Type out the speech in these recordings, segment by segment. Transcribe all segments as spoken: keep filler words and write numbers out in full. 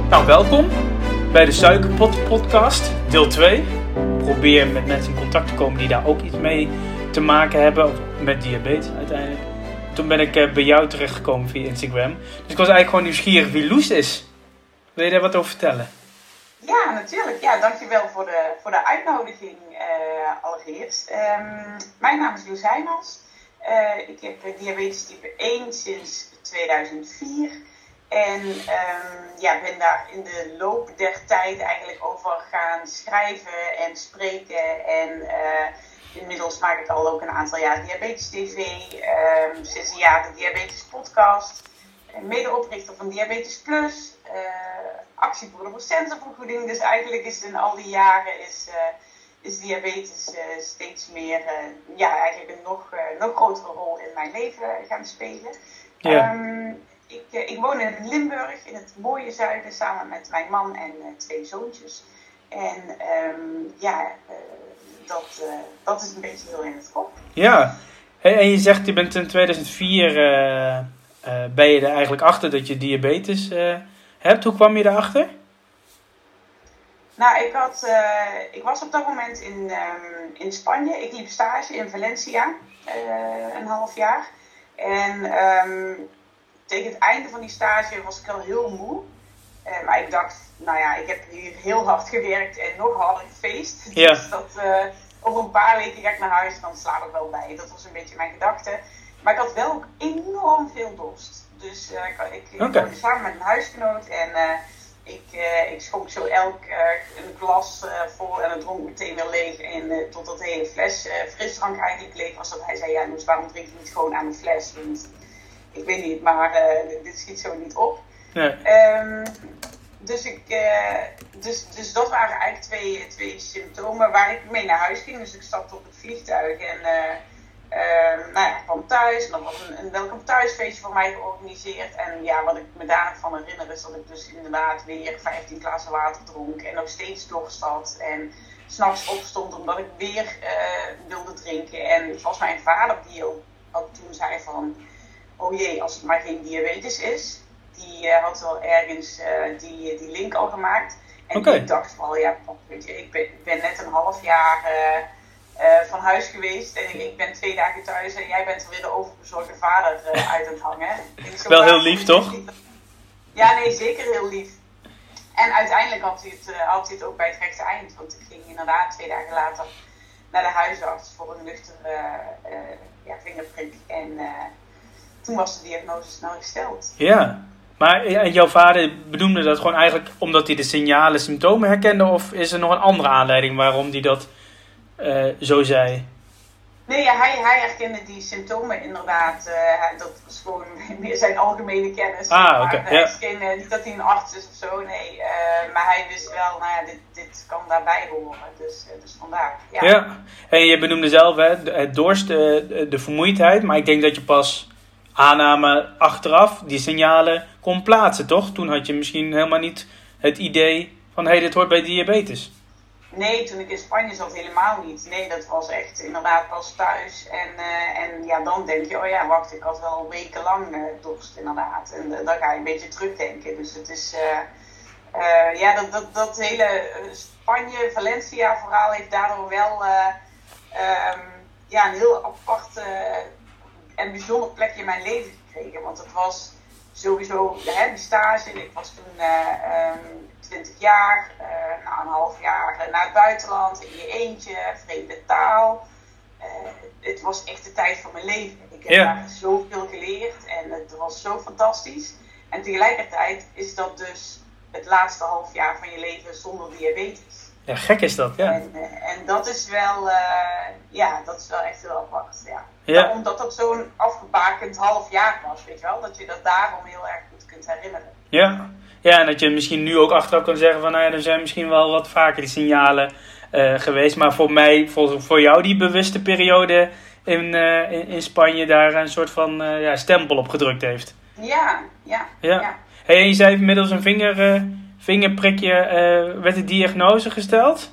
Nou, welkom bij de Suikerpot podcast, deel twee. Ik probeer met mensen in contact te komen die daar ook iets mee te maken hebben, of met diabetes uiteindelijk. Toen ben ik uh, bij jou terechtgekomen via Instagram. Dus ik was eigenlijk gewoon nieuwsgierig wie Loes is. Wil je daar wat over vertellen? Ja, natuurlijk. Ja, dankjewel voor de, voor de uitnodiging uh, allereerst. Um, mijn naam is Loes Heijmans. Uh, ik heb diabetes type één sinds tweeduizend vier. En um, ja, ben daar in de loop der tijd eigenlijk over gaan schrijven en spreken. En uh, inmiddels maak ik al ook een aantal jaar Diabetes T V. Um, sinds een jaar de Diabetes podcast. Medeoprichter van Diabetes Plus. Uh, actie voor de placentenvergoeding. Dus eigenlijk is in al die jaren is, uh, is diabetes uh, steeds meer, uh, ja, eigenlijk een nog, uh, nog grotere rol in mijn leven gaan spelen. Ja. Um, ik, uh, ik woon in Limburg, in het mooie zuiden, samen met mijn man en uh, twee zoontjes. En um, ja, uh, dat, uh, dat is een beetje heel in het kop. Ja, hey, en je zegt je bent in tweeduizend vier, uh, uh, ben je er eigenlijk achter dat je diabetes uh, hebt. Hoe kwam je daarachter? Nou, ik, had, uh, ik was op dat moment in, um, in Spanje. Ik liep stage in Valencia, uh, een half jaar. En um, tegen het einde van die stage was ik al heel moe. Uh, maar ik dacht, nou ja, ik heb hier heel hard gewerkt en nog harder gefeest. Ja. Dus dat, uh, over een paar weken ga ik naar huis en dan slaap ik wel bij. Dat was een beetje mijn gedachte. Maar ik had wel ook enorm veel dorst. Dus uh, ik, ik, okay. ik woonde samen met een huisgenoot en uh, ik, uh, ik schonk zo elk uh, een glas uh, vol en het dronk meteen weer leeg. En uh, totdat de hele fles uh, frisdrank eigenlijk leeg was, dat hij zei, ja, dus waarom drink je niet gewoon aan de fles? Want ik weet niet, maar uh, dit schiet zo niet op. Nee. Um, dus, ik, uh, dus, dus dat waren eigenlijk twee, twee symptomen waar ik mee naar huis ging. Dus ik stapte op het vliegtuig en uh, uh, nou ja, ik kwam thuis. En dan was een, een welkom thuisfeestje voor mij georganiseerd. En ja, wat ik me daar nog van herinner is dat ik dus inderdaad weer vijftien glazen water dronk. En nog steeds dorst had. En 's nachts opstond omdat ik weer uh, wilde drinken. En het was mijn vader die ook, ook toen zei van, oh jee, als het maar geen diabetes is. Die uh, had wel ergens uh, die, die link al gemaakt. En okay. ik dacht van, ja, weet je, ik ben, ik ben net een half jaar uh, uh, van huis geweest. En ik, ik ben twee dagen thuis en jij bent er weer de overbezorgde vader uh, uit aan het hangen. Zo wel heel lief, toch? Ja, nee, zeker heel lief. En uiteindelijk had hij, het, uh, had hij het ook bij het rechte eind. Want ik ging inderdaad twee dagen later naar de huisarts voor een nuchtere uh, uh, ja, vingerprik. En uh, toen was de diagnose snel gesteld. Ja. Maar en jouw vader benoemde dat gewoon eigenlijk omdat hij de signalen, symptomen herkende? Of is er nog een andere aanleiding waarom hij dat uh, zo zei? Nee, ja, hij, hij herkende die symptomen inderdaad. Uh, dat was gewoon meer zijn algemene kennis. Ah, oké. Okay, ja. Hij is geen, uh, niet dat hij een arts is of zo, nee. Uh, maar hij wist wel, nou ja, dit, dit kan daarbij horen. Dus, uh, dus vandaar, ja. Ja, en je benoemde zelf hè, het dorst, de, de vermoeidheid. Maar ik denk dat je pas aanname achteraf die signalen kon plaatsen, toch? Toen had je misschien helemaal niet het idee van, hé, hey, dit hoort bij diabetes. Nee, toen ik in Spanje zat helemaal niet. Nee, dat was echt inderdaad pas thuis. En, uh, en ja, dan denk je, oh ja, wacht, ik had wel wekenlang uh, dorst inderdaad. En uh, dan ga je een beetje terugdenken. Dus het is, uh, uh, ja, dat, dat, dat hele Spanje, Valencia verhaal heeft daardoor wel uh, um, ja, een heel apart uh, en bijzonder plekje in mijn leven gekregen. Want het was sowieso, hè, die stage, ik was toen uh, um, twintig jaar, uh, nou een half jaar uh, naar het buitenland, in je eentje, vreemde taal. Uh, het was echt de tijd van mijn leven. Ik heb ja. daar zoveel geleerd en het was zo fantastisch. En tegelijkertijd is dat dus het laatste half jaar van je leven zonder diabetes. Ja, gek is dat, ja. En, uh, en dat is wel, uh, ja, dat is wel echt heel apart, ja. ja. Ja, omdat dat zo'n afgebakend half jaar was, weet je wel. Dat je dat daarom heel erg goed kunt herinneren. Ja. Ja, en dat je misschien nu ook achteraf kan zeggen van, nou ja, er zijn misschien wel wat vaker die signalen uh, geweest. Maar voor mij, voor, voor jou die bewuste periode in, uh, in, in Spanje daar een soort van uh, ja, stempel op gedrukt heeft. Ja, ja, ja. ja. Hey, en je zei middels een vinger, uh, vingerprikje uh, werd de diagnose gesteld.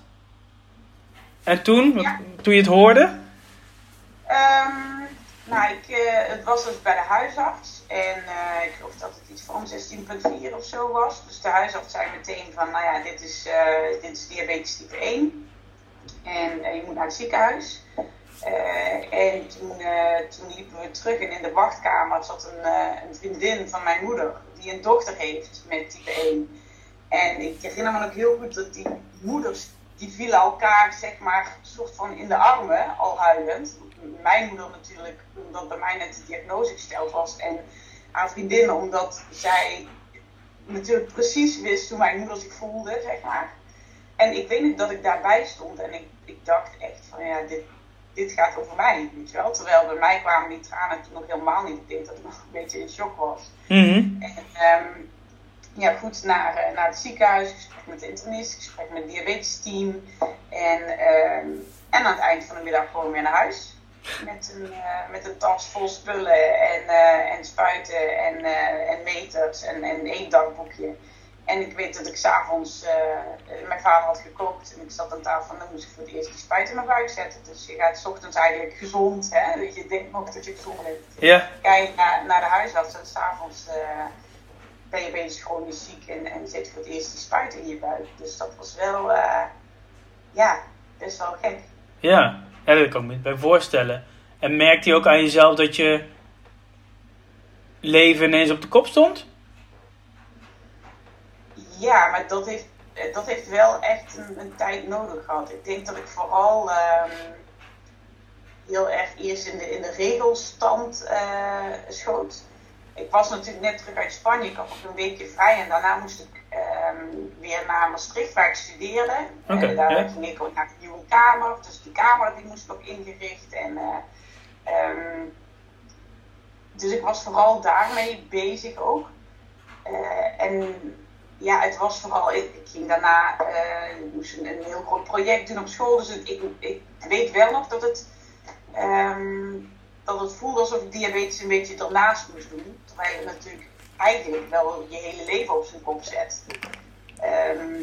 En toen, ja. toen je het hoorde? Um, nou, ik, uh, het was dus bij de huisarts. En uh, ik geloof dat het iets van zestien komma vier of zo was. Dus de huisarts zei meteen van, nou ja, dit is, uh, dit is diabetes type één. En uh, je moet naar het ziekenhuis. Uh, en toen, uh, toen liepen we terug en in de wachtkamer zat een, uh, een vriendin van mijn moeder. Die een dochter heeft met type één. En ik herinner me ook heel goed dat die moeders, die vielen elkaar zeg maar soort van in de armen, al huilend. Mijn moeder natuurlijk, omdat bij mij net de diagnose gesteld was. En haar vriendin, omdat zij natuurlijk precies wist hoe mijn moeder zich voelde, zeg maar. En ik weet niet dat ik daarbij stond en ik, ik dacht echt van ja, dit, dit gaat over mij, weet je wel. Terwijl bij mij kwamen die tranen toen nog helemaal niet. Ik denk dat ik nog een beetje in shock was. Mm-hmm. En um, ja, goed, naar, uh, naar het ziekenhuis, gesprek met de internist, gesprek met het diabetesteam. En, um, en aan het eind van de middag gewoon weer naar huis. Met een, uh, met een tas vol spullen en, uh, en spuiten en, uh, en meters en, en één dagboekje. En ik weet dat ik s'avonds, uh, mijn vader had gekookt en ik zat aan tafel en dan moest ik voor het eerst die spuit in mijn buik zetten. Dus je gaat 's ochtends eigenlijk gezond, hè? Dat je denkt nog dat je gezond bent. Ja. Kijk naar, naar de huisarts en s'avonds uh, ben je opeens chronisch ziek en, en zit voor het eerst die spuit in je buik. Dus dat was wel, uh, ja, best wel gek. Ja. Ja, dat kan ik me bij voorstellen. En merkte je ook aan jezelf dat je leven ineens op de kop stond? Ja, maar dat heeft, dat heeft wel echt een, een tijd nodig gehad. Ik denk dat ik vooral um, heel erg eerst in de, in de regelstand uh, schoot. Ik was natuurlijk net terug uit Spanje. Ik had nog een weekje vrij en daarna moest ik um, weer naar Maastricht waar ik studeerde. Okay, uh, daar yeah. ging ik ook naar de nieuwe kamer. Dus die kamer die moest ook ingericht. En, uh, um, dus ik was vooral daarmee bezig ook. Uh, en ja, het was vooral, ik, ik ging daarna, uh, ik moest een, een heel groot project doen op school. Dus het, ik, ik weet wel nog dat het, um, dat het voelde alsof ik diabetes een beetje ernaast moest doen. Terwijl je natuurlijk eigenlijk wel je hele leven op zijn kop zet. Um,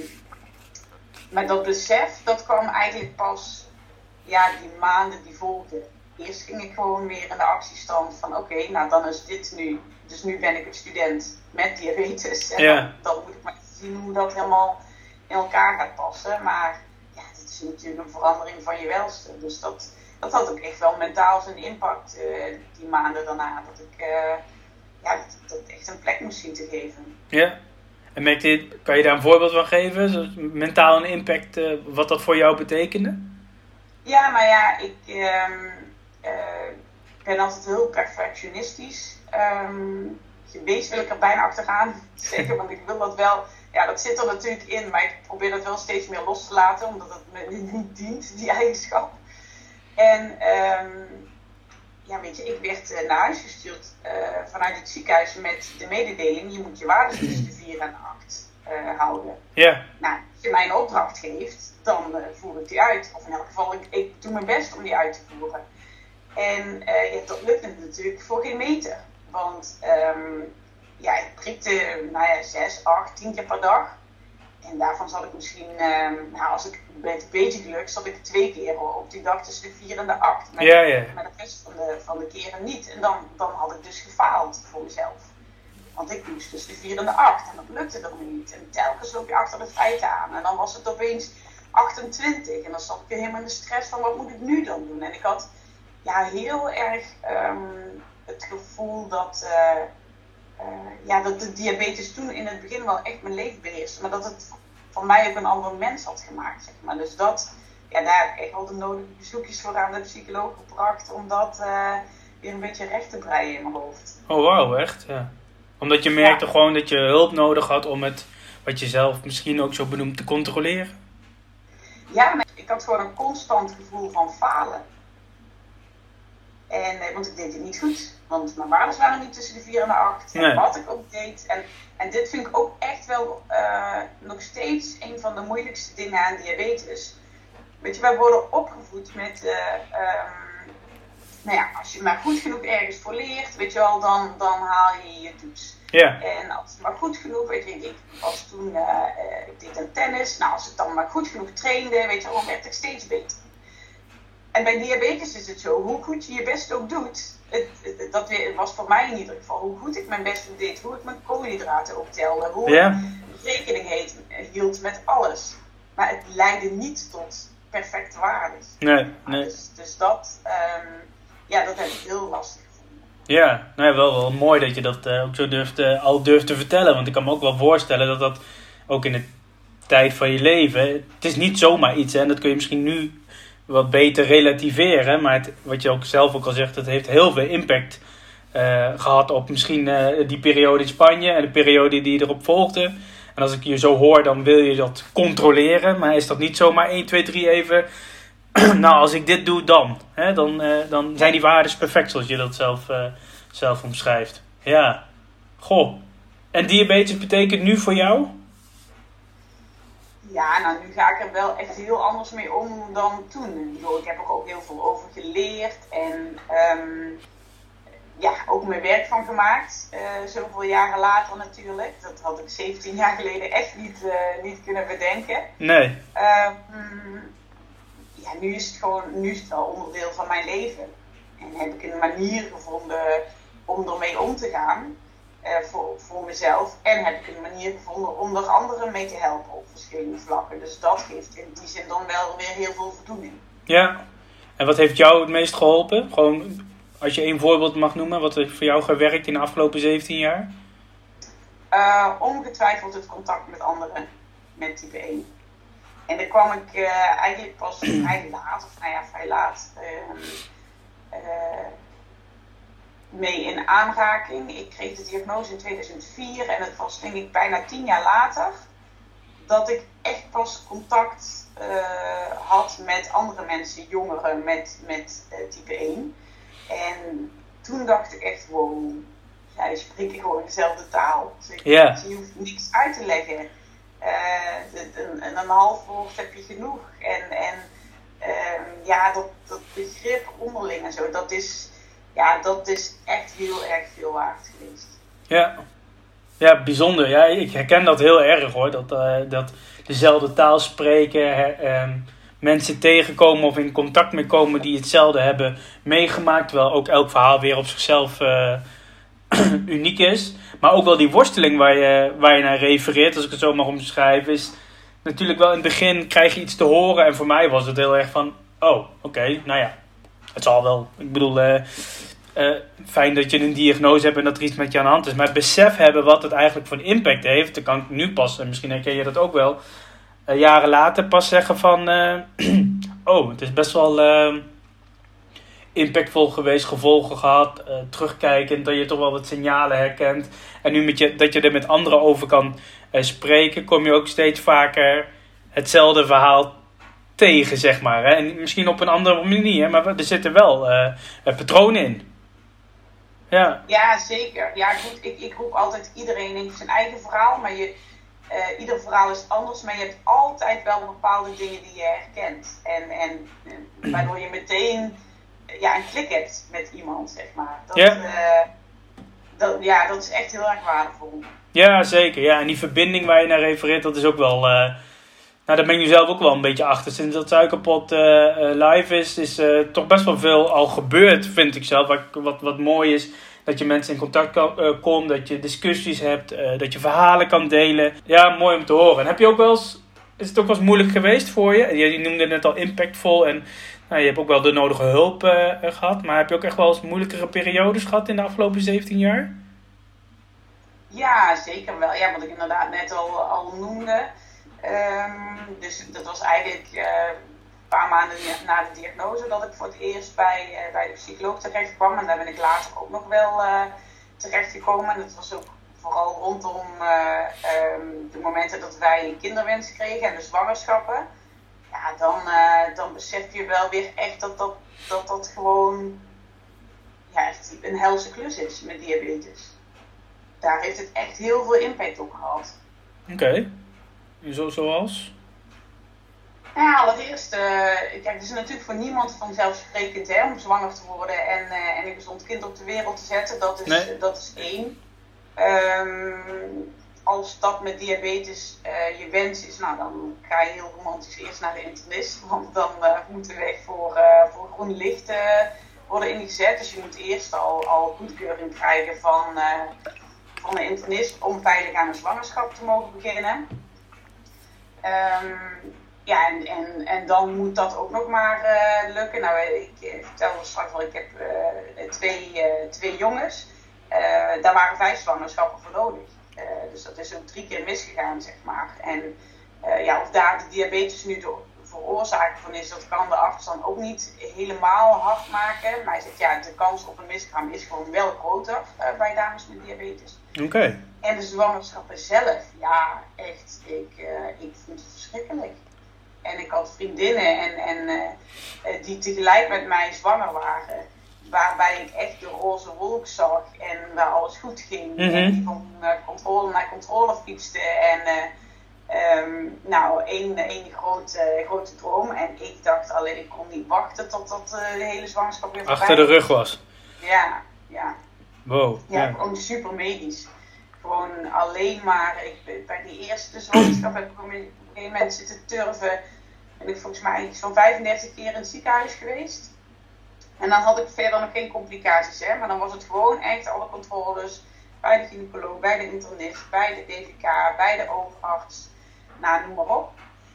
maar dat besef, dat kwam eigenlijk pas, ja, die maanden die volgden. Eerst ging ik gewoon weer in de actiestand van oké, okay, nou dan is dit nu. Dus nu ben ik een student met diabetes. En ja. dan, dan moet ik maar zien hoe dat helemaal in elkaar gaat passen. Maar ja, dit is natuurlijk een verandering van je welste. Dus dat, dat had ook echt wel mentaal zijn impact uh, die maanden daarna. Dat ik uh, ja, dat, dat echt een plek moest zien te geven. Ja. En merkte je, kan je daar een voorbeeld van geven? Zo, mentaal een impact, uh, wat dat voor jou betekende? Ja, maar ja, ik um, uh, ben altijd heel perfectionistisch. Um, geweest wil ik er bijna achteraan zeggen, want ik wil dat wel, ja dat zit er natuurlijk in, maar ik probeer dat wel steeds meer los te laten, omdat het me niet dient, die eigenschap. En um, ja weet je, ik werd uh, naar huis gestuurd uh, vanuit het ziekenhuis met de mededeling, je moet je waarden tussen de vier en acht uh, houden. Ja. Yeah. Nou, als je mij een opdracht geeft, dan uh, voer ik die uit. Of in elk geval, ik, ik doe mijn best om die uit te voeren. En uh, ja, dat lukte natuurlijk voor geen meter. Want um, ja, ik prikte nou ja, zes, acht, tien keer per dag. En daarvan zat ik misschien, um, nou, als ik met een beetje geluk, zat ik twee keer op die dag tussen de vier en de acht. Maar, ja, ja. maar de rest van de, van de keren niet. En dan, dan had ik dus gefaald voor mezelf. Want ik moest tussen de vier en de acht en dat lukte er niet. En telkens loop je achter de feiten aan. En dan was het opeens achtentwintig. En dan zat ik weer helemaal in de stress van wat moet ik nu dan doen. En ik had ja, heel erg um, het gevoel dat, uh, uh, ja, dat de diabetes toen in het begin wel echt mijn leven beheerste. Maar dat het van mij ook een ander mens had gemaakt. Zeg maar. Dus dat, ja, daar heb ik echt wel de nodige bezoekjes voor aan de psycholoog gebracht. Om dat uh, weer een beetje recht te breien in mijn hoofd. Oh wauw, echt? Ja. Omdat je merkte ja. gewoon dat je hulp nodig had om het, wat je zelf misschien ook zo benoemt, te controleren? Ja, maar ik had gewoon een constant gevoel van falen. En, want ik deed het niet goed. Want mijn waarden waren niet tussen de vier en de acht. Nee. En wat ik ook deed. En, en dit vind ik ook echt wel uh, nog steeds een van de moeilijkste dingen aan diabetes. Weet je, wij worden opgevoed met... Uh, um, nou ja, als je maar goed genoeg ergens voor leert, weet je wel, dan, dan haal je je toets. Ja. En als het maar goed genoeg, weet je, ik was toen, uh, uh, ik deed een tennis. Nou, als ik dan maar goed genoeg trainde, weet je wel, dan werd ik steeds beter. En bij diabetes is het zo, hoe goed je je best ook doet, het, het, dat was voor mij in ieder geval hoe goed ik mijn best deed. Hoe ik mijn koolhydraten optelde. Hoe ja. ik rekening heet, hield met alles. Maar het leidde niet tot perfecte waardes. Nee, nee. Dus, dus dat, um, ja, dat heb ik heel lastig gevonden. Ja, nou ja, wel, wel mooi dat je dat uh, ook zo durft, uh, al durft te vertellen. Want ik kan me ook wel voorstellen dat dat ook in de tijd van je leven... Het is niet zomaar iets, hè, en dat kun je misschien nu wat beter relativeren. Maar het, wat je ook zelf ook al zegt, het heeft heel veel impact uh, gehad op misschien uh, die periode in Spanje en de periode die erop volgde. En als ik je zo hoor, dan wil je dat controleren. Maar is dat niet zomaar één, twee, drie even... nou, als ik dit doe, dan. Hè, dan, uh, dan zijn die waarden perfect zoals je dat zelf, uh, zelf omschrijft. Ja. Goh. En diabetes betekent nu voor jou? Ja, nou nu ga ik er wel echt heel anders mee om dan toen. Ik heb er ook heel veel over geleerd. En um, ja, ook mijn werk van gemaakt. Uh, zoveel jaren later natuurlijk. Dat had ik zeventien jaar geleden echt niet, uh, niet kunnen bedenken. Nee. Um, ja, nu is het gewoon, nu is het wel onderdeel van mijn leven. En heb ik een manier gevonden om ermee om te gaan. Uh, voor, voor mezelf. En heb ik een manier gevonden om er anderen mee te helpen op verschillende vlakken. Dus dat geeft in die zin dan wel weer heel veel voldoening. Ja. En wat heeft jou het meest geholpen? Gewoon, als je één voorbeeld mag noemen, wat heeft voor jou gewerkt in de afgelopen zeventien jaar? Uh, ongetwijfeld het contact met anderen met type één. En daar kwam ik uh, eigenlijk pas vrij laat, of nou ja, vrij laat, uh, uh, mee in aanraking. Ik kreeg de diagnose in tweeduizend vier en het was denk ik bijna tien jaar later dat ik echt pas contact uh, had met andere mensen, jongeren met, met uh, type één. En toen dacht ik echt, wow, zij spreken gewoon dezelfde taal. Dus yeah. Je hoeft niks uit te leggen. Uh, een, een, een half woord heb je genoeg. En, en uh, ja, dat, dat begrip onderling en zo, dat is, ja, dat is echt heel erg veel waard geweest. Ja, ja, bijzonder. Ja, ik herken dat heel erg hoor. Dat, uh, dat dezelfde taal spreken, her, uh, mensen tegenkomen of in contact mee komen die hetzelfde hebben meegemaakt. Terwijl ook elk verhaal weer op zichzelf uh, uniek is. Maar ook wel die worsteling waar je, waar je naar refereert, als ik het zo mag omschrijven, is natuurlijk wel in het begin krijg je iets te horen. En voor mij was het heel erg van, oh, oké, okay, nou ja, het zal wel. Ik bedoel, uh, uh, fijn dat je een diagnose hebt en dat er iets met je aan de hand is. Maar het besef hebben wat het eigenlijk voor een impact heeft, dan kan ik nu pas, en misschien herken je dat ook wel, uh, jaren later pas zeggen van, uh, oh, het is best wel Uh, impactvol geweest, gevolgen gehad, uh, terugkijkend, dat je toch wel wat signalen herkent. En nu met je, dat je er met anderen over kan uh, spreken, kom je ook steeds vaker hetzelfde verhaal tegen, zeg maar. Hè? En misschien op een andere manier, maar er zitten wel uh, uh, patronen in. Ja, ja zeker. Ja, goed, ik, ik roep altijd, iedereen heeft zijn eigen verhaal, maar je, uh, ieder verhaal is anders, maar je hebt altijd wel bepaalde dingen die je herkent. En, en uh, waardoor je meteen ja, een klik hebt met iemand, zeg maar. Dat, ja. Uh, dat, ja, dat is echt heel erg waardevol. Ja, zeker. Ja, en die verbinding waar je naar refereert, dat is ook wel... Uh, nou, daar ben je zelf ook wel een beetje achter. Sinds dat Suikerpot uh, uh, live is, is uh, toch best wel veel al gebeurd, vind ik zelf. Wat, wat, wat mooi is, dat je mensen in contact kan, uh, komt, dat je discussies hebt, uh, dat je verhalen kan delen. Ja, mooi om te horen. En heb je ook wel eens... Is het ook wel eens moeilijk geweest voor je? Je noemde het net al impactvol en... Nou, je hebt ook wel de nodige hulp uh, gehad, maar heb je ook echt wel eens moeilijkere periodes gehad in de afgelopen zeventien jaar? Ja, zeker wel. Ja, wat ik inderdaad net al, al noemde. Um, dus dat was eigenlijk uh, een paar maanden na de diagnose dat ik voor het eerst bij, uh, bij de psycholoog terecht kwam. En daar ben ik later ook nog wel uh, terecht gekomen. En dat was ook vooral rondom uh, um, de momenten dat wij een kinderwens kregen en de zwangerschappen. Ja, dan, uh, dan besef je wel weer echt dat dat, dat, dat gewoon ja, echt een helse klus is met diabetes. Daar heeft het echt heel veel impact op gehad. Oké. Okay. Zo, zoals? Ja, allereerst, uh, kijk, het is natuurlijk voor niemand vanzelfsprekend hè, om zwanger te worden en, uh, en een gezond kind op de wereld te zetten. Dat is, nee. dat is één. Um, Als dat met diabetes uh, je wens is, nou dan ga je heel romantisch eerst naar de internist. Want dan uh, moet de weg voor, uh, voor groen licht uh, worden ingezet. Dus je moet eerst al, al goedkeuring krijgen van, uh, van de internist om veilig aan een zwangerschap te mogen beginnen. Um, ja, en, en, en dan moet dat ook nog maar uh, lukken. Nou, ik uh, vertelde straks al, ik heb uh, twee, uh, twee jongens. Uh, daar waren vijf zwangerschappen voor nodig. Uh, dus dat is ook drie keer misgegaan, zeg maar. En uh, ja, of daar de diabetes nu de veroorzaker van is, dat kan de arts dan ook niet helemaal hard maken. Maar hij zegt, ja, de kans op een miskraam is gewoon wel groter uh, bij dames met diabetes. Oké. Okay. En de zwangerschappen zelf, ja, echt, ik, uh, ik vind het verschrikkelijk. En ik had vriendinnen en, en, uh, die tegelijk met mij zwanger waren. Waarbij ik echt de roze wolk zag en waar alles goed ging. Mm-hmm. En die van uh, controle naar controle fietste. En uh, um, nou, één, één grote, grote droom. En ik dacht alleen, ik kon niet wachten tot dat uh, de hele zwangerschap weer voorbij achter de rug was. Ja, ja. Wow. Ja, ja. Gewoon super medisch. Gewoon alleen maar, ik, bij die eerste zwangerschap heb ik op een gegeven moment zitten turven. Ben ik volgens mij zo'n vijfendertig keer in het ziekenhuis geweest. En dan had ik verder nog geen complicaties, hè. Maar dan was het gewoon echt alle controles bij de gynaecoloog, bij de internist, bij de D V K, bij de oogarts. Nou, noem maar op.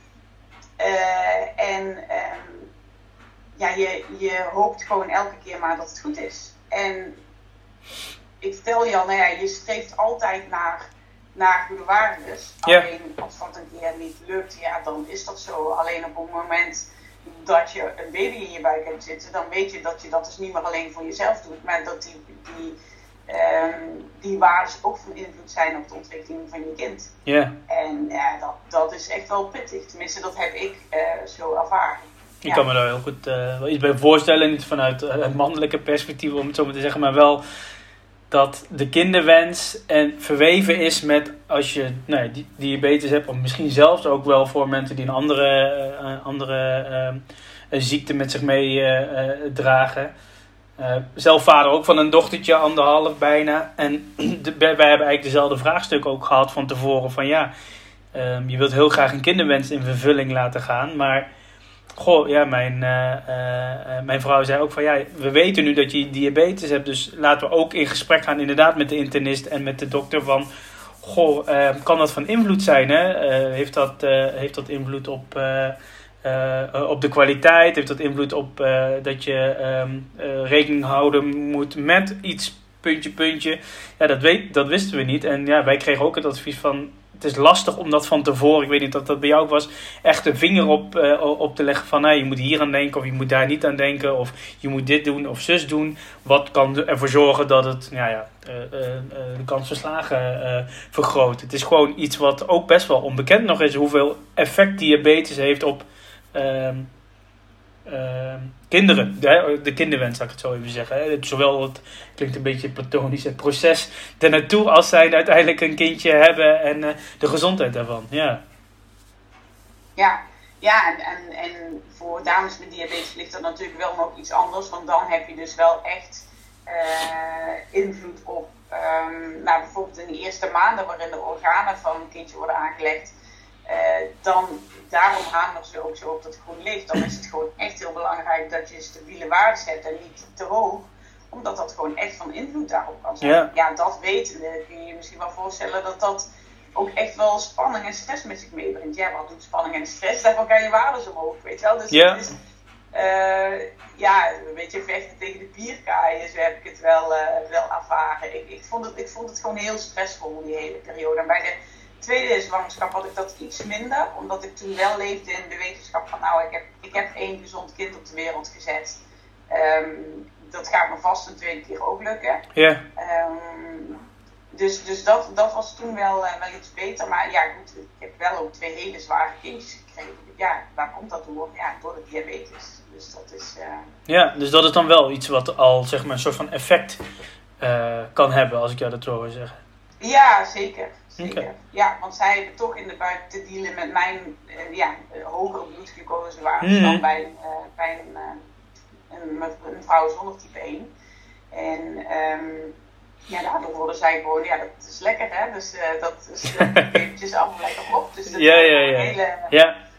Uh, en um, ja, je, je hoopt gewoon elke keer maar dat het goed is. En ik vertel je al, nou ja, je streeft altijd naar, naar goede waardes. Ja. Alleen als dat een keer niet lukt, ja, dan is dat zo. Alleen op het moment dat je een baby in je buik hebt zitten, dan weet je dat je dat dus niet meer alleen voor jezelf doet, maar dat die, die, um, die waardes ook van invloed zijn op de ontwikkeling van je kind. Ja. En ja, dat, dat is echt wel pittig. Tenminste, dat heb ik uh, zo ervaren. Ik kan me daar heel goed uh, wel iets bij voorstellen, niet vanuit uh, het mannelijke perspectief, om het zo maar te zeggen, maar wel dat de kinderwens en verweven is met als je nou, die, diabetes hebt, of misschien zelfs ook wel voor mensen die een andere, uh, andere uh, ziekte met zich mee uh, uh, dragen. Uh, zelf vader ook van een dochtertje, anderhalf bijna. En de, wij hebben eigenlijk dezelfde vraagstuk ook gehad van tevoren. Van ja, um, je wilt heel graag een kinderwens in vervulling laten gaan. Maar goh, ja, mijn, uh, uh, mijn vrouw zei ook van ja, we weten nu dat je diabetes hebt. Dus laten we ook in gesprek gaan inderdaad met de internist en met de dokter van goh, uh, kan dat van invloed zijn? Hè? Uh, heeft, dat, uh, heeft dat invloed op... Uh, Uh, op de kwaliteit, heeft dat invloed op uh, dat je um, uh, rekening houden moet met iets, puntje, puntje. Ja, dat, weet, dat wisten we niet. En ja, wij kregen ook het advies van, het is lastig om dat van tevoren, ik weet niet of dat bij jou ook was, echt een vinger op, uh, op te leggen van, hey, je moet hier aan denken of je moet daar niet aan denken of je moet dit doen of zus doen. Wat kan ervoor zorgen dat het, ja, ja, uh, uh, de kans van slagen uh, vergroot. Het is gewoon iets wat ook best wel onbekend nog is, hoeveel effect diabetes heeft op Uh, uh, kinderen, de, de kinderwens, zal ik het zo even zeggen. Hè. Zowel het klinkt een beetje platonisch, het proces ernaartoe, als zij uiteindelijk een kindje hebben en uh, de gezondheid daarvan. Ja, ja, ja en, en, en voor dames met diabetes ligt er natuurlijk wel nog iets anders, want dan heb je dus wel echt uh, invloed op, um, nou, bijvoorbeeld in de eerste maanden waarin de organen van een kindje worden aangelegd. Uh, dan, daarom hameren ze ook zo op dat groen licht. Dan is het gewoon echt heel belangrijk dat je stabiele waardes hebt en niet te hoog. Omdat dat gewoon echt van invloed daarop kan zijn. Ja, ja dat wetende kun je je misschien wel voorstellen dat dat ook echt wel spanning en stress met zich meebrengt. Ja, wat doet spanning en stress? Daarvan gaan je waardes omhoog, weet je wel. Dus ja. Het is, uh, ja, een beetje vechten tegen de bierkaaien, zo heb ik het wel, uh, wel ervaren. Ik, ik, vond het, ik vond het gewoon heel stressvol, die hele periode. En bij de tweede zwangerschap had ik dat iets minder, omdat ik toen wel leefde in de wetenschap van nou, ik heb, ik heb één gezond kind op de wereld gezet. Um, dat gaat me vast een tweede keer ook lukken. Ja. Um, dus dus dat, dat was toen wel, uh, wel iets beter. Maar ja, goed, ik heb wel ook twee hele zware kindjes gekregen. Ja, waar komt dat door? Ja, door de diabetes. Dus dat is... Uh... Ja, dus dat is dan wel iets wat al, zeg maar, een soort van effect uh, kan hebben, als ik jou dat zo wil zeggen. Ja, zeker. Zeker. Okay. Ja, want zij hebben toch in de buik te dealen met mijn uh, ja, uh, hogere bloedglucosewaardes mm-hmm. dan bij, uh, bij een, uh, een, een vrouw zonder type één. En um, ja, daardoor worden zij gewoon, ja, dat is lekker hè, dus uh, dat is uh, eventjes allemaal lekker op. Dus dat ja, is ja, een ja. hele, ja.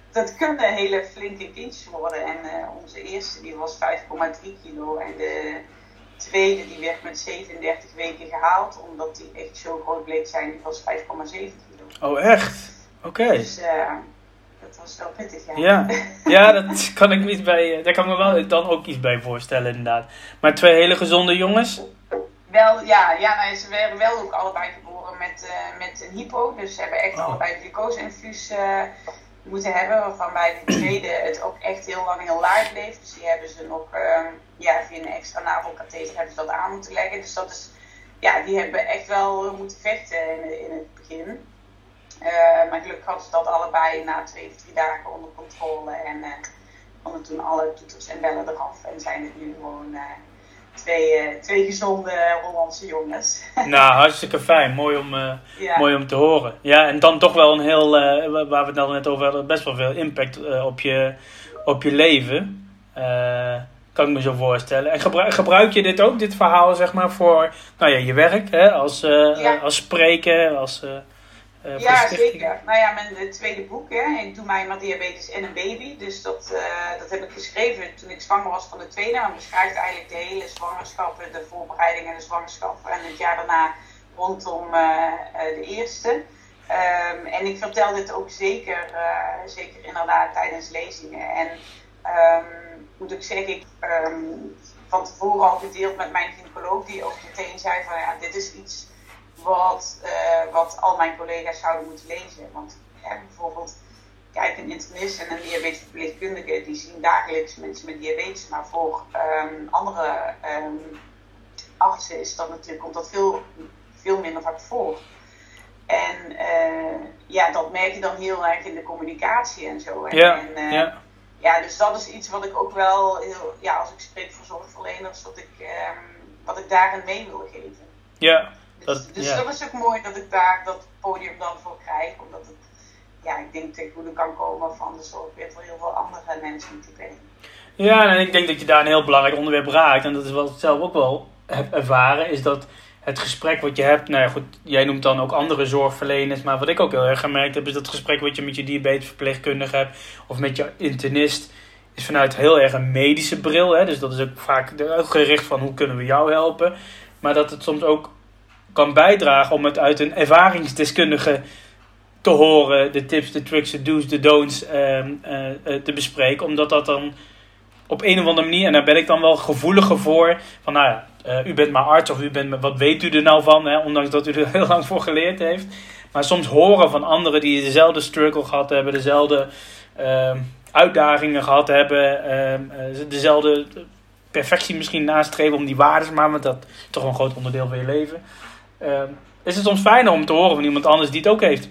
dat kunnen hele flinke kindjes worden. En uh, onze eerste die was vijf komma drie kilo. En de tweede die werd met zevenendertig weken gehaald. Omdat die echt zo groot bleek zijn. Die was vijf komma zeven kilo. Oh echt? Oké. Okay. Dus uh, dat was wel pittig, ja. Ja, ja dat kan ik niet bij, daar kan ik me wel dan ook iets bij voorstellen inderdaad. Maar twee hele gezonde jongens? Wel, ja, ja nou, ze werden wel ook allebei geboren met, uh, met een hypo. Dus ze hebben echt oh. allebei een glucose-infuus uh, moeten hebben. Waarvan bij de tweede het ook echt heel lang heel laag bleef. Dus die hebben ze nog uh, ja, via een extra navelkatheter hebben ze dat aan moeten leggen. Dus dat is, ja, die hebben echt wel moeten vechten in, in het begin. Uh, maar gelukkig hadden ze dat allebei na twee of drie dagen onder controle. En uh, konden toen alle toeters en bellen eraf. En zijn het nu gewoon uh, twee, uh, twee gezonde Hollandse jongens. Nou, hartstikke fijn. Mooi om, uh, ja. mooi om te horen. Ja, en dan toch wel een heel, uh, waar we het nou net over hadden, best wel veel impact uh, op, je, op je leven. Uh, kan ik me zo voorstellen. En gebruik, gebruik je dit ook, dit verhaal, zeg maar, voor nou ja, je werk? Hè? Als, uh, ja. als spreker, als... Uh, Uh, ja, zeker. Nou ja, mijn tweede boek, hè, ik doe mij met diabetes en een baby. Dus dat, uh, dat heb ik geschreven toen ik zwanger was van de tweede. Maar beschrijft eigenlijk de hele zwangerschap, de voorbereiding en de zwangerschap. En het jaar daarna rondom uh, uh, de eerste. Um, en ik vertel dit ook zeker, uh, zeker inderdaad tijdens lezingen. En um, moet ik zeggen, ik um, van tevoren al gedeeld met mijn gynaecoloog. Die ook meteen zei van ja, dit is iets... Wat, uh, wat al mijn collega's zouden moeten lezen. Want ja, bijvoorbeeld, kijk, een internist en een diabetesverpleegkundige die zien dagelijks mensen met diabetes. Maar voor um, andere um, artsen is dat natuurlijk, komt dat veel, veel minder vaak voor. En uh, ja, dat merk je dan heel erg in de communicatie en zo. En, ja, en, uh, ja. ja, dus dat is iets wat ik ook wel, heel, ja, als ik spreek voor zorgverleners, dat ik, um, wat ik daarin mee wil geven. Ja. Dus, Dat, dus ja. dat is ook mooi dat ik daar dat podium dan voor krijg. Omdat het, ja, ik denk ten goede kan komen van de zorgwereld voor heel veel andere mensen met type één. Ja, en ik denk dat je daar een heel belangrijk onderwerp raakt. En dat is wat ik zelf ook wel heb ervaren. Is dat het gesprek wat je hebt. Nou ja, goed, jij noemt dan ook andere zorgverleners. Maar wat ik ook heel erg gemerkt heb. Is dat het gesprek wat je met je diabetesverpleegkundige hebt. Of met je internist. Is vanuit heel erg een medische bril. Hè? Dus dat is ook vaak ook gericht van hoe kunnen we jou helpen. Maar dat het soms ook kan bijdragen om het uit een ervaringsdeskundige te horen, de tips, de tricks, de do's, de don'ts uh, uh, uh, te bespreken. Omdat dat dan op een of andere manier, en daar ben ik dan wel gevoeliger voor, van nou ja, uh, u bent maar arts of u bent, wat weet u er nou van, hè? Ondanks dat u er heel lang voor geleerd heeft. Maar soms horen van anderen die dezelfde struggle gehad hebben, dezelfde uh, uitdagingen gehad hebben, uh, uh, dezelfde perfectie misschien nastreven om die waardes, maar want dat is toch wel een groot onderdeel van je leven. Uh, is het soms fijner om te horen van iemand anders die het ook heeft?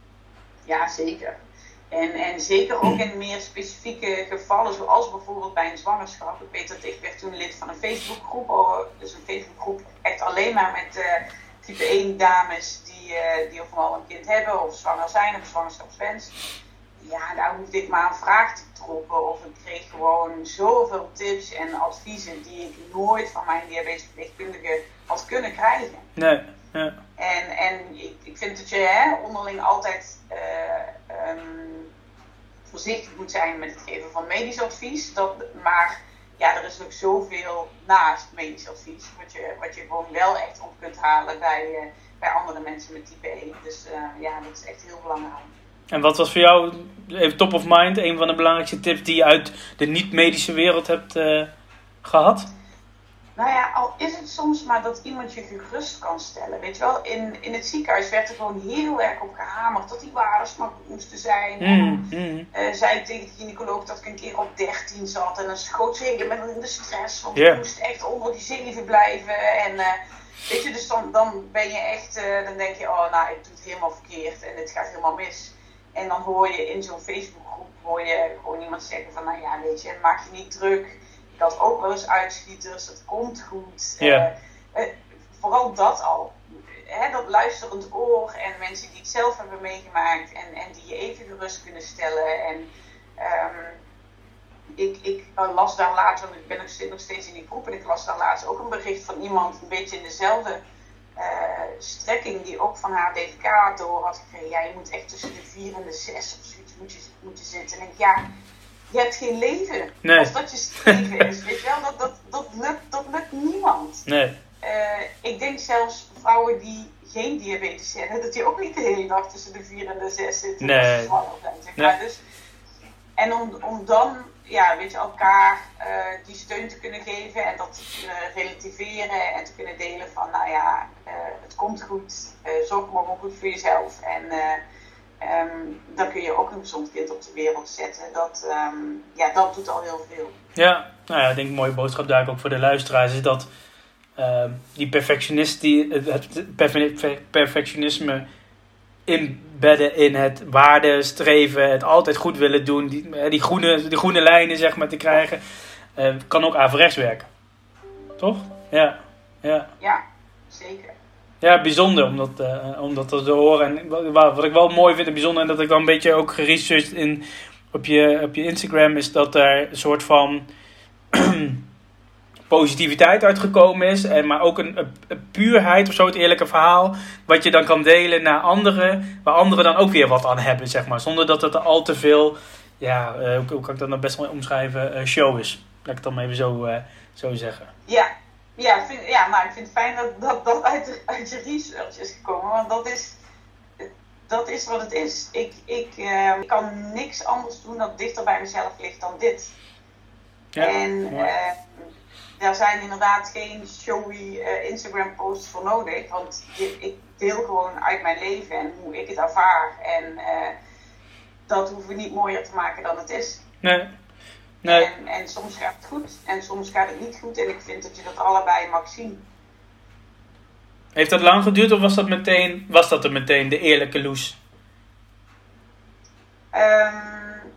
Ja, zeker. En, en zeker ook in meer specifieke gevallen, zoals bijvoorbeeld bij een zwangerschap. Ik weet dat ik werd toen lid van een Facebookgroep, dus een Facebookgroep echt alleen maar met uh, type één dames die, uh, die ofwel een kind hebben of zwanger zijn of zwangerschapswens. Ja, daar hoefde ik maar een vraag te droppen of ik kreeg gewoon zoveel tips en adviezen die ik nooit van mijn diabetesverpleegkundige had kunnen krijgen. Nee, ja. En, en ik, ik vind dat je hè, onderling altijd uh, um, voorzichtig moet zijn met het geven van medisch advies. Dat, maar ja, er is ook zoveel naast medisch advies, wat je, wat je gewoon wel echt op kunt halen bij, uh, bij andere mensen met type één. Dus uh, ja, dat is echt heel belangrijk. En wat was voor jou, even top of mind, een van de belangrijkste tips die je uit de niet-medische wereld hebt uh, gehad? Nou ja, al is het soms maar dat iemand je gerust kan stellen. Weet je wel, in, in het ziekenhuis werd er gewoon heel erg op gehamerd dat die waardes maar goed moesten zijn. Mm, mm. Uh, zei tegen de gynaecoloog dat ik een keer op dertien zat en dan schoot ze helemaal in de stress. Want yeah. ik moest echt onder die zeven blijven. En uh, weet je, dus dan, dan ben je echt, uh, dan denk je, oh nou, ik doe het helemaal verkeerd en het gaat helemaal mis. En dan hoor je in zo'n Facebookgroep, hoor je gewoon iemand zeggen van, nou ja, weet je, maak je niet druk. Ik had ook wel eens uitschieters, het komt goed. Yeah. Uh, uh, vooral dat al. Hè, dat luisterend oor en mensen die het zelf hebben meegemaakt en, en die je even gerust kunnen stellen. En um, ik, ik las daar later, want ik ben nog steeds, nog steeds in die groep en ik las daar laatst ook een bericht van iemand een beetje in dezelfde uh, strekking die ook van haar D V K door had gekregen. Ja, je moet echt tussen de vier en de zes of zoiets moet je, moet je zitten. En denk ik, ja, je hebt geen leven. Nee. Als dat je streven is, weet je wel, dat, dat, dat, lukt, dat lukt niemand. Nee. Uh, ik denk zelfs vrouwen die geen diabetes hebben, dat die ook niet de hele dag tussen de vier en de zes zitten. Nee. Zijn, zeg maar. Nee. Dus, en om, om dan, ja, weet je, elkaar uh, die steun te kunnen geven en dat te kunnen relativeren en te kunnen delen van, nou ja, uh, het komt goed, uh, zorg maar goed voor jezelf. En uh, um, dan kun je ook een gezond kind op de wereld zetten. Dat, um, ja, dat doet al heel veel. Ja, nou ja, ik denk een mooie boodschap daar ook voor de luisteraars is dat uh, die perfectionist, die, het perfectionisme inbedden in het waarde, streven, het altijd goed willen doen, die, die, groene, die groene lijnen zeg maar te krijgen, uh, kan ook averechts werken. Toch? Ja. Ja, ja zeker. Ja, bijzonder om dat, uh, om dat te horen. En wat, wat ik wel mooi vind en bijzonder, en dat ik dan een beetje ook geresearched in op je, op je Instagram, is dat er een soort van positiviteit uitgekomen is, en maar ook een, een, een puurheid of zo, het eerlijke verhaal, wat je dan kan delen naar anderen, waar anderen dan ook weer wat aan hebben, zeg maar, zonder dat het al te veel, ja, uh, hoe, hoe kan ik dat nou best wel omschrijven, uh, show is. Laat ik het dan maar even zo, uh, zo zeggen. Ja, ja, vind, ja, maar ik vind het fijn dat dat, dat uit, uit je research is gekomen, want dat is, dat is wat het is. Ik, ik, uh, ik kan niks anders doen dat dichter bij mezelf ligt dan dit. Ja, en uh, daar zijn inderdaad geen showy uh, Instagram posts voor nodig. Want je, ik deel gewoon uit mijn leven en hoe ik het ervaar. En uh, dat hoeven we niet mooier te maken dan het is. Nee. nee. En, en soms gaat het goed en soms gaat het niet goed. En ik vind dat je dat allebei mag zien. Heeft dat lang geduurd of was dat meteen, was dat er meteen de eerlijke Loes? Um,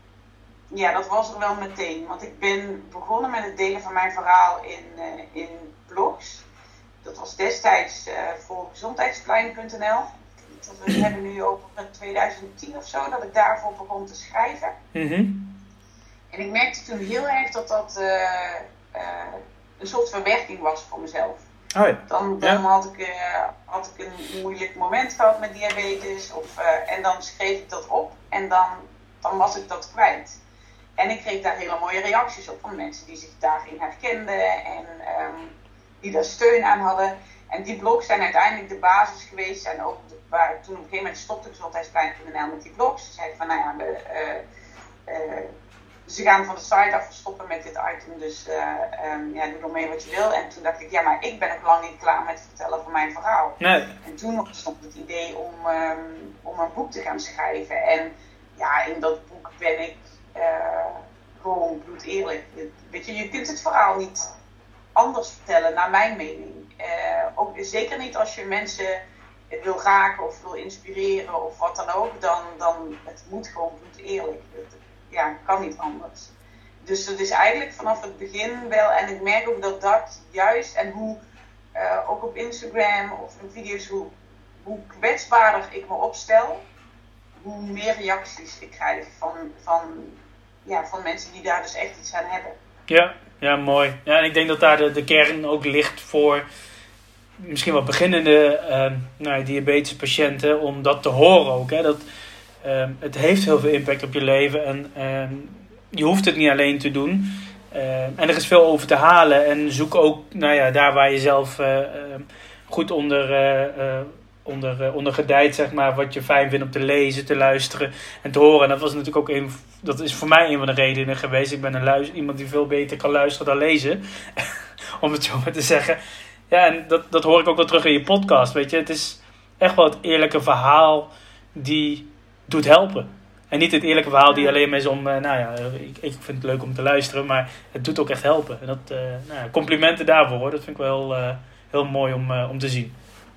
Ja, dat was er wel meteen. Want ik ben begonnen met het delen van mijn verhaal in, uh, in blogs. Dat was destijds uh, voor gezondheidsplein punt n l. We hebben nu over tweeduizend tien of zo dat ik daarvoor begon te schrijven. Mm-hmm. En ik merkte toen heel erg dat dat uh, uh, een soort verwerking was voor mezelf. Oh ja. Dan, dan ja. had, ik, uh, had ik een moeilijk moment gehad met diabetes. Of, uh, en dan schreef ik dat op en dan, dan was ik dat kwijt. En ik kreeg daar hele mooie reacties op van mensen die zich daarin herkenden en um, die daar steun aan hadden. En die blogs zijn uiteindelijk de basis geweest. En ook de, waar toen op een gegeven moment stopte gezondheidsplein punt n l met die blogs. Ze zeiden van nou ja, we, uh, uh, ze gaan van de site af stoppen met dit item. Dus uh, um, ja, doe er mee wat je wil. En toen dacht ik, ja, maar ik ben ook lang niet klaar met het vertellen van mijn verhaal. Nee. En toen ontstond het idee om, um, om een boek te gaan schrijven. En ja, in dat boek ben ik Uh, gewoon bloed eerlijk. Weet je, je kunt het verhaal niet anders vertellen, naar mijn mening. Uh, ook, zeker niet als je mensen wil raken of wil inspireren of wat dan ook. Dan, dan het moet gewoon bloed eerlijk. Het, ja, kan niet anders. Dus dat is eigenlijk vanaf het begin wel. En ik merk ook dat dat juist, en hoe uh, ook op Instagram of in video's, hoe, hoe kwetsbaarder ik me opstel, hoe meer reacties ik krijg van, van, ja, van mensen die daar dus echt iets aan hebben. Ja, ja, mooi. Ja, en ik denk dat daar de, de kern ook ligt voor misschien wel beginnende uh, nou, diabetespatiënten, om dat te horen ook. Hè? Dat, uh, het heeft heel veel impact op je leven en uh, je hoeft het niet alleen te doen. Uh, en er is veel over te halen en zoek ook nou ja, daar waar je zelf uh, uh, goed onder... Uh, uh, Onder, uh, onder gedijt, zeg maar, wat je fijn vindt om te lezen, te luisteren en te horen. En dat was natuurlijk ook een, dat is voor mij een van de redenen geweest. Ik ben een luister, iemand die veel beter kan luisteren dan lezen, om het zo maar te zeggen. Ja, en dat, dat hoor ik ook wel terug in je podcast, weet je. Het is echt wel het eerlijke verhaal die doet helpen. En niet het eerlijke verhaal die alleen maar is om, uh, nou ja, ik, ik vind het leuk om te luisteren, maar het doet ook echt helpen. En dat, uh, nou ja, complimenten daarvoor, hoor. Dat vind ik wel uh, heel mooi om, uh, om te zien.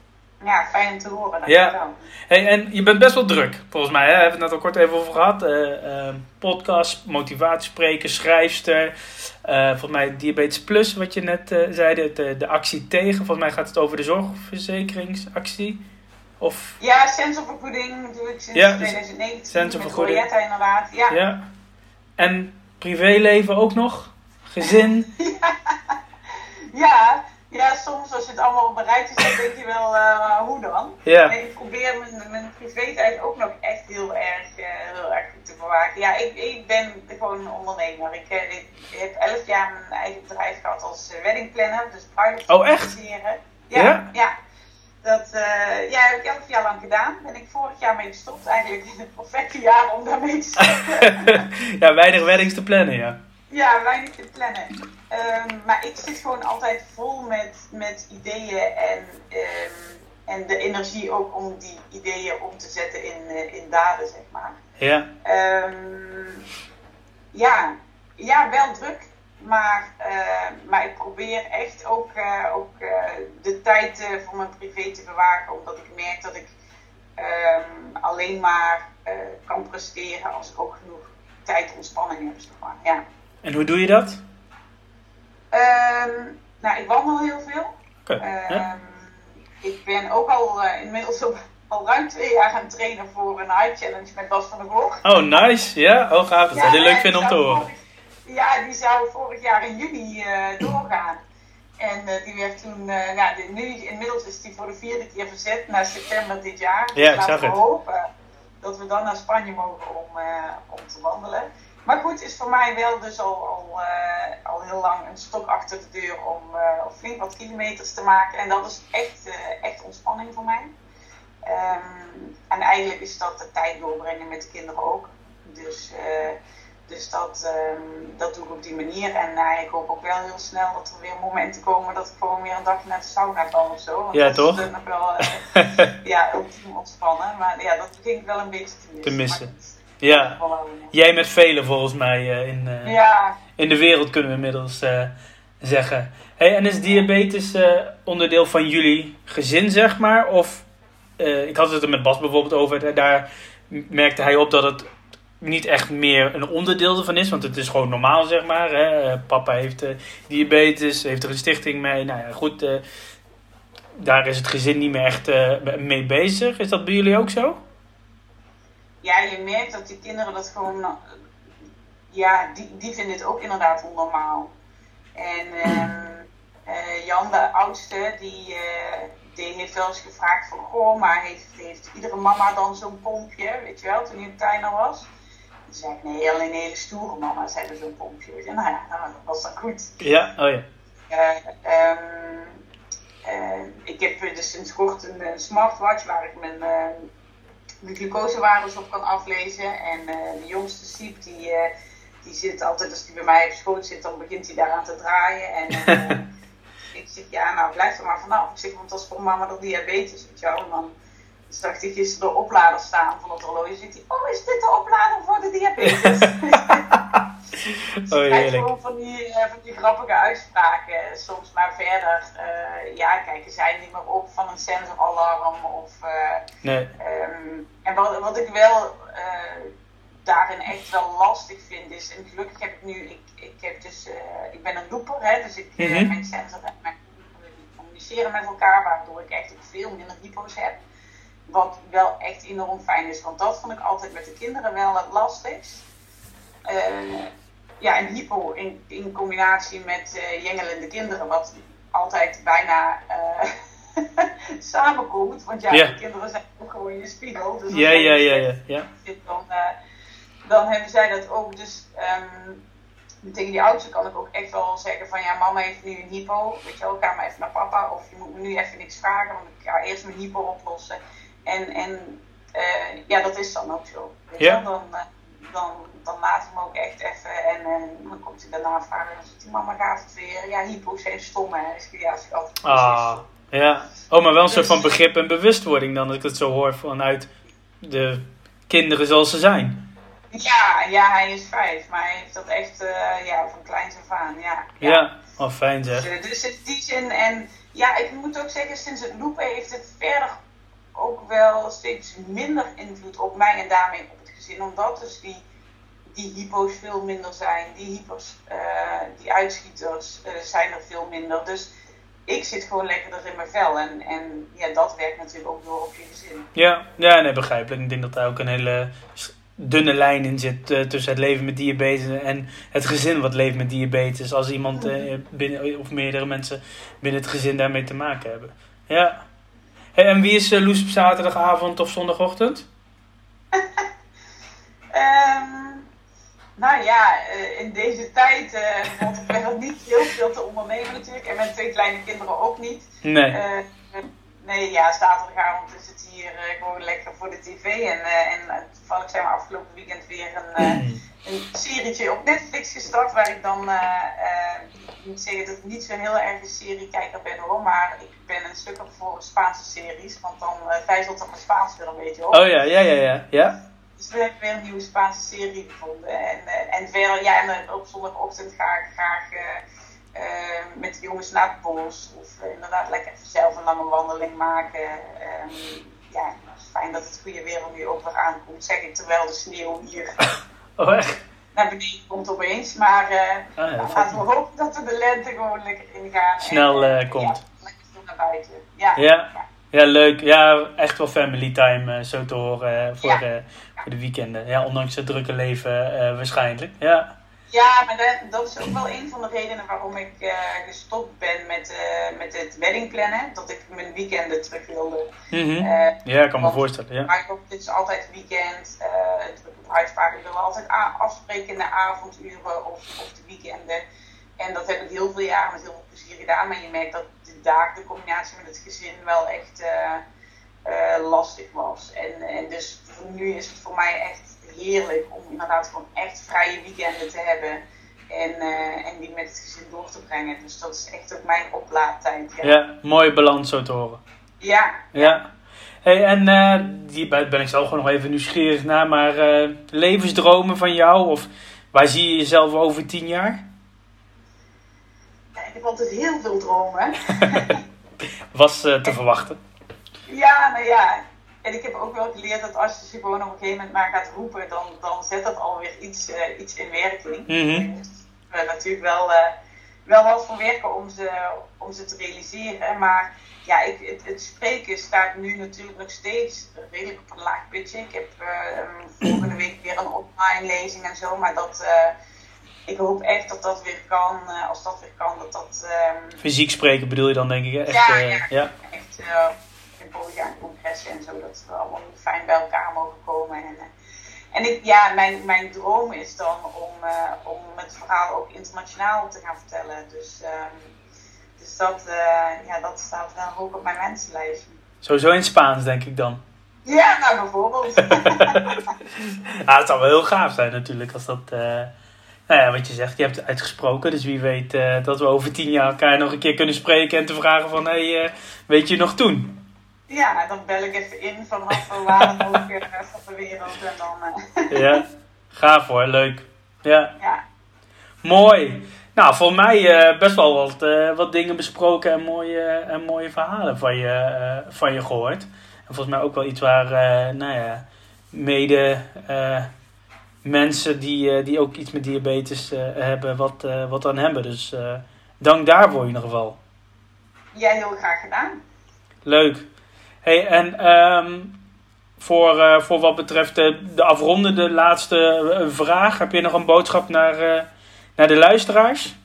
Ja, fijn om te horen. Ja. Hey, en je bent best wel druk, volgens mij. Hè? We hebben het net al kort even over gehad. Uh, uh, podcast, motivatiespreker, schrijfster. Uh, volgens mij Diabetes Plus, wat je net uh, zei. De, de actie tegen. Volgens mij gaat het over de zorgverzekeringsactie. Of... Ja, sensorvergoeding doe ik sinds ja, twintig negentien. Sensorvergoeding. Met Glorietta inderdaad. Ja. ja. En privéleven ook nog? Gezin? ja. ja. Ja, soms als je het allemaal op een rijtje zet, denk je wel, uh, hoe dan? Ja. En ik probeer mijn, mijn privé-tijd ook nog echt heel erg, uh, heel erg goed te bewaken. maken. Ja, ik, ik ben gewoon een ondernemer. Ik, ik heb elf jaar mijn eigen bedrijf gehad als wedding planner. Dus bruiloft oh, echt? Ja, ja. ja. Dat uh, ja, heb ik elf jaar lang gedaan. Ben ik vorig jaar mee gestopt. Eigenlijk in het perfecte jaar om daarmee te stoppen. ja, weinig weddings te plannen, ja. Ja, weinig te plannen. Um, maar ik zit gewoon altijd vol met, met ideeën en, um, en de energie ook om die ideeën om te zetten in, uh, in daden, zeg maar. Ja. Um, ja, ja, wel druk. Maar, uh, maar ik probeer echt ook, uh, ook uh, de tijd uh, voor mijn privé te bewaken. Omdat ik merk dat ik um, alleen maar uh, kan presteren als ik ook genoeg tijd ontspanning heb. Zeg maar. Ja. En hoe doe je dat? Um, nou, ik wandel heel veel. Okay. Um, ja. Ik ben ook al uh, inmiddels op, al ruim twee jaar aan het trainen voor een high challenge met Bas van der Goor. Oh, nice. Ja, oh gaaf. Dat zou heel leuk vinden om te horen. Vorig, ja, die zou vorig jaar in juni uh, doorgaan. En uh, die werd toen, uh, ja, de, nu inmiddels is die voor de vierde keer verzet naar september dit jaar. Ja, dus ik zag we het. hopen dat we dan naar Spanje mogen om, uh, om te wandelen. Maar goed, is voor mij wel dus al, al, uh, al heel lang een stok achter de deur om uh, flink wat kilometers te maken. En dat is echt, uh, echt ontspanning voor mij. Um, en eigenlijk is dat de tijd doorbrengen met de kinderen ook. Dus, uh, dus dat, um, dat doe ik op die manier. En uh, ik hoop ook wel heel snel dat er weer momenten komen dat ik gewoon weer een dagje naar de sauna kan of zo. Want ja, dat toch? is nog wel uh, ja, ultiem ontspannen. Maar ja, dat begin ik wel een beetje te missen. Te missen. Ja, jij met velen volgens mij uh, in, uh, ja. in de wereld kunnen we inmiddels uh, zeggen. Hey, en is diabetes uh, onderdeel van jullie gezin, zeg maar? Of, uh, ik had het er met Bas bijvoorbeeld over, daar merkte hij op dat het niet echt meer een onderdeel ervan is, want het is gewoon normaal, zeg maar. Hè? Papa heeft uh, diabetes, heeft er een stichting mee. Nou ja, goed, uh, daar is het gezin niet meer echt uh, mee bezig. Is dat bij jullie ook zo? Ja, je merkt dat die kinderen dat gewoon, ja, die, die vinden het ook inderdaad onnormaal. En um, uh, Jan, de oudste, die, uh, die heeft wel eens gevraagd van, goh, maar heeft, heeft iedere mama dan zo'n pompje, weet je wel, toen hij een kleiner was? Toen zei ik, nee, alleen hele stoere mama's hebben zo'n pompje. En nou ja, nou, dat was dan goed. Ja, oh ja. Uh, um, uh, ik heb dus sinds kort een, een smartwatch waar ik mijn... Uh, mijn glucosewaardes op kan aflezen. En uh, de jongste Siep, die, uh, die zit altijd, als die bij mij op schoot zit, dan begint hij daaraan te draaien. En uh, ik zeg, ja, nou blijf er maar vanaf. Ik zeg, want dat is voor mama door diabetes, weet je wel. En dan zag hij gisteren de oplader staan van het horloge. Zegt hij, oh, is dit de oplader voor de diabetes? Dus oh, hij gewoon van die, uh, van die grappige uitspraken soms, maar verder, uh, ja, kijken zij niet meer op van een sensoralarm of... Uh, nee. Um, en wat, wat ik wel uh, daarin echt wel lastig vind is, en gelukkig heb ik nu, ik, ik heb dus, uh, ik ben een looper, hè, dus ik, mm-hmm. uh, mijn sensor en mijn communiceren met elkaar, waardoor ik echt ook veel minder hypo's heb. Wat wel echt enorm fijn is, want dat vond ik altijd met de kinderen wel het lastigst. Uh, ja, een hypo in, in combinatie met uh, jengelende kinderen, wat altijd bijna uh, samenkomt. Want ja, yeah. de kinderen zijn ook gewoon je spiegel. Dus ja, ja, ja, ja, ja. Dan, uh, dan hebben zij dat ook. Dus um, tegen die oudste kan ik ook echt wel zeggen van ja, mama heeft nu een hypo. Weet je wel, ga maar even naar papa. Of je moet me nu even niks vragen, want ik ga eerst mijn hypo oplossen. En, en uh, ja, dat is dan ook zo. Weet je yeah. wel, dan... Uh, Dan, dan laat ik hem ook echt even en, en dan komt hij daarna vragen en dan zegt hij, mama gaat het weer, ja, hypo's zijn stom hè. Dus ja, schat. Ah, ja. Oh, maar wel een soort van begrip en bewustwording dan, dat ik het zo hoor vanuit de kinderen zoals ze zijn. Ja, ja, hij is vijf, maar hij heeft dat echt, uh, ja, van kleins af aan, ja. Ja, ja. Oh, fijn zeg. Dus, dus in die zin, en ja, ik moet ook zeggen, sinds het loopen heeft het verder ook wel steeds minder invloed op mij en daarmee op het gezin, omdat dus die, die hypo's veel minder zijn, die hypers, uh, die uitschieters uh, zijn er veel minder. Dus ik zit gewoon lekkerder in mijn vel en, en ja, dat werkt natuurlijk ook door op je gezin. Ja, ja, nee, begrijpelijk. Ik denk dat daar ook een hele dunne lijn in zit uh, tussen het leven met diabetes en het gezin wat leeft met diabetes. Als iemand uh, binnen, of meerdere mensen binnen het gezin daarmee te maken hebben. Ja. Hey, en wie is uh, Loes op zaterdagavond of zondagochtend? um, Nou ja, uh, in deze tijd uh, valt er wel niet heel veel te ondernemen natuurlijk. En met twee kleine kinderen ook niet. Nee. Uh, nee, ja, zaterdagavond is het hier uh, gewoon lekker voor de tv. En, uh, en uh, toevallig zijn we afgelopen weekend weer een, uh, een serietje op Netflix gestart. Waar ik dan, uh, uh, ik moet zeggen dat ik niet zo heel erg een seriekijker ben hoor. Maar ik ben een stuk op voor Spaanse series. Want dan uh, vijzelt dat mijn Spaans weer een beetje op. Oh ja, ja, ja, ja. ja. Dus we hebben weer een nieuwe Spaanse serie gevonden. En, uh, en verder, ja, en op zondagochtend ga ik graag uh, uh, met de jongens naar het bos. Of uh, inderdaad lekker even zelf een lange wandeling maken. Um, ja, het is fijn dat het goede weer nu ook weer aankomt, zeg ik, terwijl de sneeuw hier oh, echt? naar beneden komt opeens. Maar uh, ah, ja, nou, laten we hopen dat er de lente gewoon lekker ingaan. Snel en, uh, uh, komt. Ja, lekker veel naar buiten. Ja, ja. ja. Ja, leuk. Ja, echt wel family time, uh, zo te horen, uh, voor, ja. uh, voor de weekenden. Ja, ondanks het drukke leven uh, waarschijnlijk. Ja, ja maar dat, dat is ook wel een van de redenen waarom ik uh, gestopt ben met, uh, met het weddingplannen. Dat ik mijn weekenden terug wilde. Mm-hmm. Uh, ja, ik kan me voorstellen. Ja. Maar dit is altijd weekend. Uh, het uitspraak, ik wil altijd a- afspreken in de avonduren of, of de weekenden. En dat heb ik heel veel jaren met heel veel plezier gedaan. Maar je merkt dat de dagen, de combinatie met het gezin wel echt uh, uh, lastig was. En, en dus nu is het voor mij echt heerlijk om inderdaad gewoon echt vrije weekenden te hebben. En, uh, en die met het gezin door te brengen. Dus dat is echt ook mijn oplaadtijd. Ja, ja mooie balans zo te horen. Ja. Ja. Hey, en uh, die ben ik zelf gewoon nog even nieuwsgierig naar. Maar uh, levensdromen van jou? Of waar zie je jezelf over tien jaar? Ik heb altijd heel veel dromen. Was uh, te verwachten. Ja, nou ja. En ik heb ook wel geleerd dat als je ze gewoon op een gegeven moment maar gaat roepen, dan, dan zet dat alweer iets, uh, iets in werking. Mm-hmm. Dus we uh, natuurlijk wel, uh, wel wat voor werken om ze, om ze te realiseren. Maar ja, ik, het, het spreken staat nu natuurlijk nog steeds redelijk op een laag pitje. Ik heb uh, volgende week weer een online lezing en zo, maar dat... Uh, Ik hoop echt dat dat weer kan, uh, als dat weer kan, dat dat... Um... Fysiek spreken bedoel je dan, denk ik, echt? Ja, uh, ja, ja. echt uh, in podia en congressen en zo, dat we allemaal fijn bij elkaar mogen komen. En, uh, en ik, ja, mijn, mijn droom is dan om, uh, om het verhaal ook internationaal te gaan vertellen. Dus, um, dus dat, uh, ja, dat staat wel hoog op mijn wensenlijstje. Sowieso in Spaans, denk ik dan. Ja, nou bijvoorbeeld. ah, het zou wel heel gaaf zijn natuurlijk, als dat... Uh... Nou ja, wat je zegt, je hebt het uitgesproken. Dus wie weet uh, dat we over tien jaar elkaar nog een keer kunnen spreken en te vragen van, hé, hey, uh, weet je nog toen? Ja, dan bel ik even in vanaf waar dan ook uh, van de wereld en dan... Uh... ja, gaaf hoor, leuk. Ja. ja. Mooi. Nou, voor mij uh, best wel wat, uh, wat dingen besproken en mooie, en mooie verhalen van je, uh, van je gehoord. En volgens mij ook wel iets waar, uh, nou ja, mede... Uh, mensen die, uh, die ook iets met diabetes uh, hebben, wat, uh, wat aan hebben. Dus uh, dank daarvoor in ieder geval. Ja, heel graag gedaan. Leuk. Hey, en um, voor, uh, voor wat betreft de, de afrondende laatste uh, vraag, heb je nog een boodschap naar, uh, naar de luisteraars?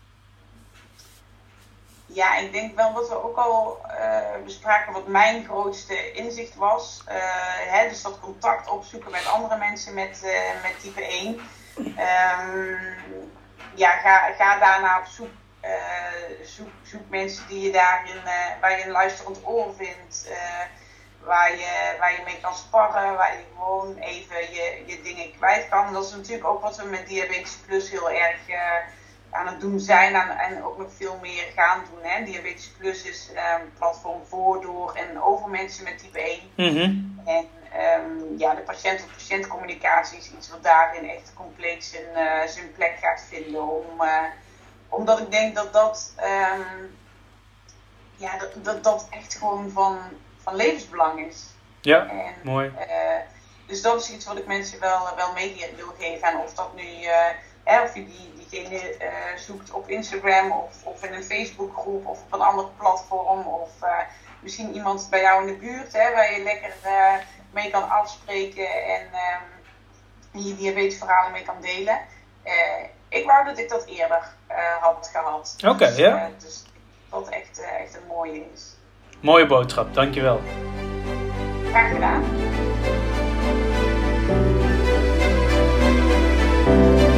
Ja, ik denk wel wat we ook al uh, bespraken, wat mijn grootste inzicht was. Uh, hè, dus dat contact opzoeken met andere mensen met, uh, met type één. Um, ja, ga, ga daarna op zoek. Uh, zoek, zoek mensen die je daarin, uh, waar je een luisterend oor vindt. Uh, waar, je, waar je mee kan sparren, waar je gewoon even je, je dingen kwijt kan. Dat is natuurlijk ook wat we met Diabetes Plus heel erg... Uh, aan het doen zijn aan, en ook nog veel meer gaan doen. Hè. Diabetes Plus is een um, platform voor, door en over mensen met type één. Mm-hmm. En um, ja, de patiënt-op-patiënt communicatie is iets wat daarin echt compleet zijn, uh, zijn plek gaat vinden. Om, uh, omdat ik denk dat dat, um, ja, dat, dat, dat echt gewoon van, van levensbelang is. Ja, en, mooi. Uh, dus dat is iets wat ik mensen wel, wel mee wil geven. En of dat nu... Uh, Hè, of je die, diegene uh, zoekt op Instagram of, of in een Facebookgroep of op een ander platform. Of uh, misschien iemand bij jou in de buurt, hè, waar je lekker uh, mee kan afspreken en um, je diabetesverhalen mee kan delen. Uh, ik wou dat ik dat eerder uh, had gehad. Oké, okay, dus, ja. Uh, dus dat echt, uh, echt een mooie is. Mooie boodschap, dankjewel. Graag gedaan.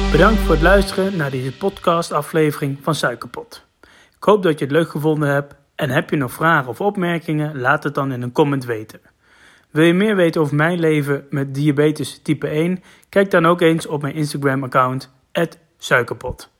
Bedankt voor het luisteren naar deze podcastaflevering van Suikerpot. Ik hoop dat je het leuk gevonden hebt en heb je nog vragen of opmerkingen, laat het dan in een comment weten. Wil je meer weten over mijn leven met diabetes type één? Kijk dan ook eens op mijn Instagram account at suikerpot.